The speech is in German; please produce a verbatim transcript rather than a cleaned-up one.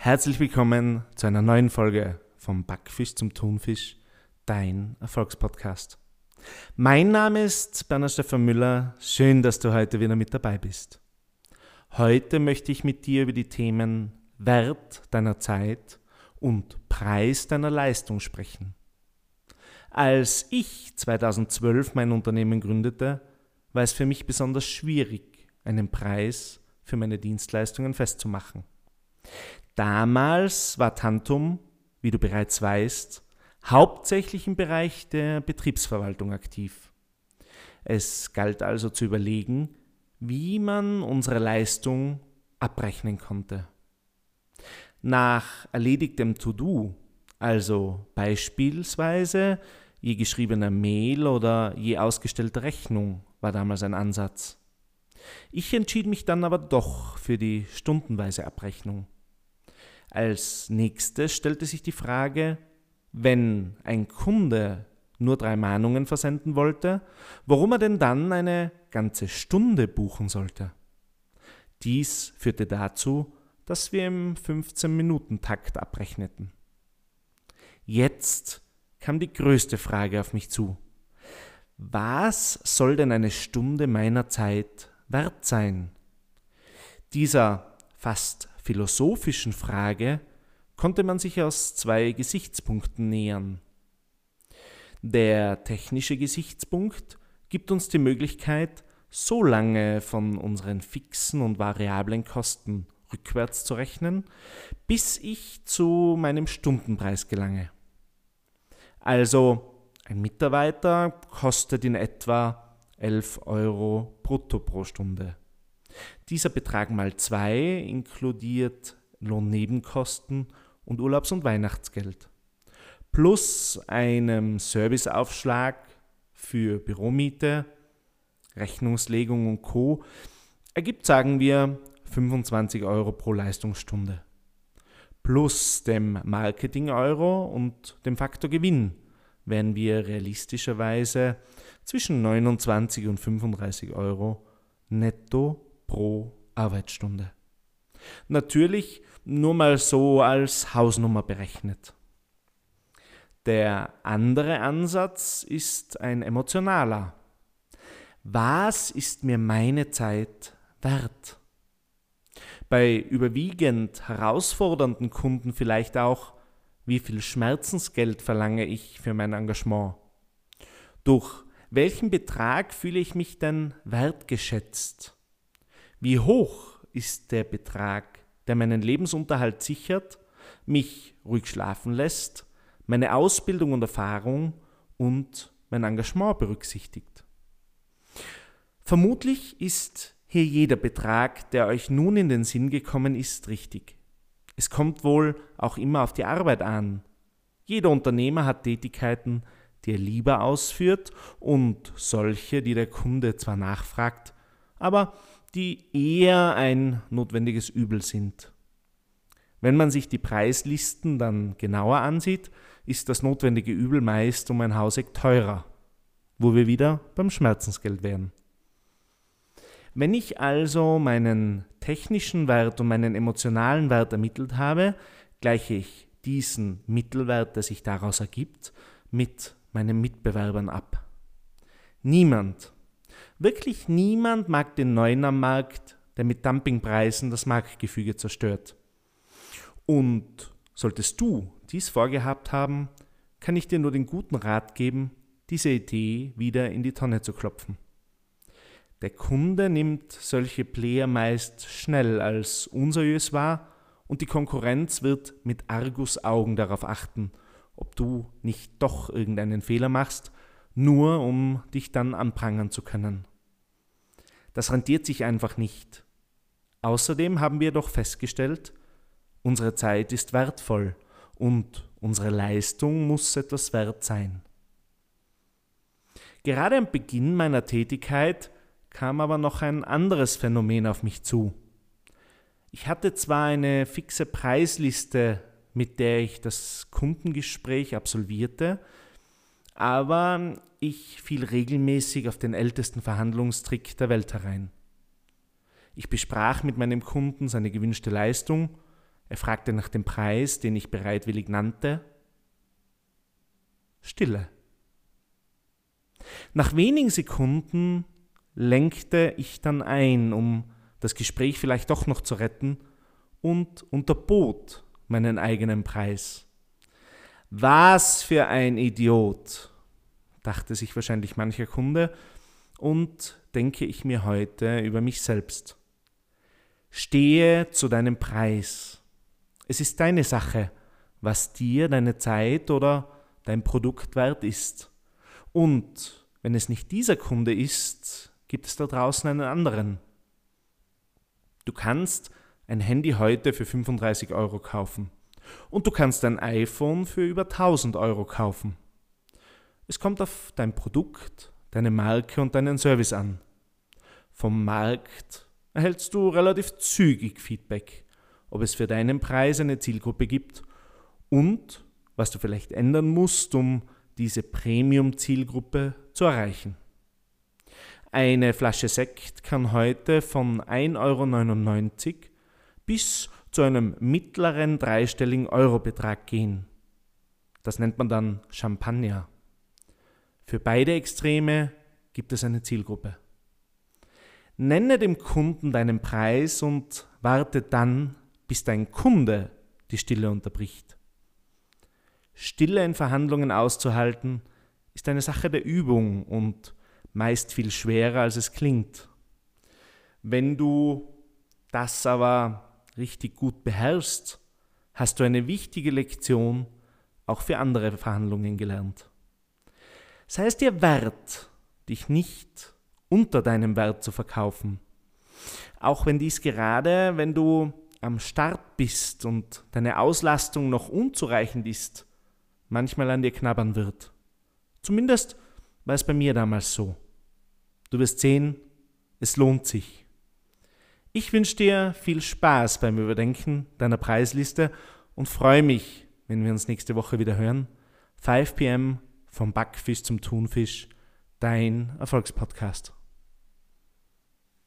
Herzlich willkommen zu einer neuen Folge vom Backfisch zum Thunfisch, dein Erfolgspodcast. Mein Name ist Bernhard Stefan Müller, schön, dass du heute wieder mit dabei bist. Heute möchte ich mit dir über die Themen Wert deiner Zeit und Preis deiner Leistung sprechen. Als ich zweitausendzwölf mein Unternehmen gründete, war es für mich besonders schwierig, einen Preis für meine Dienstleistungen festzumachen. Damals war Tantum, wie du bereits weißt, hauptsächlich im Bereich der Betriebsverwaltung aktiv. Es galt also zu überlegen, wie man unsere Leistung abrechnen konnte. Nach erledigtem To-Do, also beispielsweise je geschriebener Mail oder je ausgestellter Rechnung, war damals ein Ansatz. Ich entschied mich dann aber doch für die stundenweise Abrechnung. Als nächstes stellte sich die Frage, wenn ein Kunde nur drei Mahnungen versenden wollte, warum er denn dann eine ganze Stunde buchen sollte. Dies führte dazu, dass wir im fünfzehn-Minuten-Takt abrechneten. Jetzt kam die größte Frage auf mich zu. Was soll denn eine Stunde meiner Zeit wert sein? Dieser fast philosophischen Frage konnte man sich aus zwei Gesichtspunkten nähern. Der technische Gesichtspunkt gibt uns die Möglichkeit, so lange von unseren fixen und variablen Kosten rückwärts zu rechnen, bis ich zu meinem Stundenpreis gelange. Also ein Mitarbeiter kostet in etwa elf Euro brutto pro Stunde. Dieser Betrag mal zwei inkludiert Lohnnebenkosten und Urlaubs- und Weihnachtsgeld. Plus einem Serviceaufschlag für Büromiete, Rechnungslegung und Co. ergibt, sagen wir, fünfundzwanzig Euro pro Leistungsstunde. Plus dem Marketing-Euro und dem Faktor Gewinn werden wir realistischerweise zwischen neunundzwanzig und fünfunddreißig Euro netto pro Arbeitsstunde. Natürlich nur mal so als Hausnummer berechnet. Der andere Ansatz ist ein emotionaler. Was ist mir meine Zeit wert? Bei überwiegend herausfordernden Kunden vielleicht auch, wie viel Schmerzensgeld verlange ich für mein Engagement? Durch welchen Betrag fühle ich mich denn wertgeschätzt? Wie hoch ist der Betrag, der meinen Lebensunterhalt sichert, mich ruhig schlafen lässt, meine Ausbildung und Erfahrung und mein Engagement berücksichtigt? Vermutlich ist hier jeder Betrag, der euch nun in den Sinn gekommen ist, richtig. Es kommt wohl auch immer auf die Arbeit an. Jeder Unternehmer hat Tätigkeiten, die er lieber ausführt und solche, die der Kunde zwar nachfragt, aber die eher ein notwendiges Übel sind. Wenn man sich die Preislisten dann genauer ansieht, ist das notwendige Übel meist um ein Hauseck teurer, wo wir wieder beim Schmerzensgeld wären. Wenn ich also meinen technischen Wert und meinen emotionalen Wert ermittelt habe, gleiche ich diesen Mittelwert, der sich daraus ergibt, mit meinen Mitbewerbern ab. Niemand, wirklich niemand mag den Neuen am Markt, der mit Dumpingpreisen das Marktgefüge zerstört. Und solltest du dies vorgehabt haben, kann ich dir nur den guten Rat geben, diese Idee wieder in die Tonne zu klopfen. Der Kunde nimmt solche Player meist schnell als unseriös wahr und die Konkurrenz wird mit Argusaugen darauf achten, ob du nicht doch irgendeinen Fehler machst, nur um dich dann anprangern zu können. Das rentiert sich einfach nicht. Außerdem haben wir doch festgestellt, unsere Zeit ist wertvoll und unsere Leistung muss etwas wert sein. Gerade am Beginn meiner Tätigkeit kam aber noch ein anderes Phänomen auf mich zu. Ich hatte zwar eine fixe Preisliste, mit der ich das Kundengespräch absolvierte, aber ich fiel regelmäßig auf den ältesten Verhandlungstrick der Welt herein. Ich besprach mit meinem Kunden seine gewünschte Leistung, Er fragte nach dem Preis, den ich bereitwillig nannte. Stille. Nach wenigen Sekunden lenkte ich dann ein, um das Gespräch vielleicht doch noch zu retten, und unterbot meinen eigenen Preis. Was für ein Idiot, dachte sich wahrscheinlich mancher Kunde, und denke ich mir heute über mich selbst. Stehe zu deinem Preis. Es ist deine Sache, was dir deine Zeit oder dein Produkt wert ist. Und wenn es nicht dieser Kunde ist, gibt es da draußen einen anderen. Du kannst ein Handy heute für fünfunddreißig Euro kaufen und du kannst ein iPhone für über tausend Euro kaufen. Es kommt auf dein Produkt, deine Marke und deinen Service an. Vom Markt erhältst du relativ zügig Feedback, ob es für deinen Preis eine Zielgruppe gibt und was du vielleicht ändern musst, um diese Premium-Zielgruppe zu erreichen. Eine Flasche Sekt kann heute von ein Euro neunundneunzig bis zu einem mittleren dreistelligen Eurobetrag gehen. Das nennt man dann Champagner. Für beide Extreme gibt es eine Zielgruppe. Nenne dem Kunden deinen Preis und warte dann, bis dein Kunde die Stille unterbricht. Stille in Verhandlungen auszuhalten, ist eine Sache der Übung und meist viel schwerer, als es klingt. Wenn du das aber richtig gut beherrschst, hast du eine wichtige Lektion auch für andere Verhandlungen gelernt. Sei es dir wert, dich nicht unter deinem Wert zu verkaufen, auch wenn dies gerade, wenn du am Start bist und deine Auslastung noch unzureichend ist, manchmal an dir knabbern wird. Zumindest war es bei mir damals so. Du wirst sehen, es lohnt sich. Ich wünsche dir viel Spaß beim Überdenken deiner Preisliste und freue mich, wenn wir uns nächste Woche wieder hören. fünf p m vom Backfisch zum Thunfisch, dein Erfolgspodcast.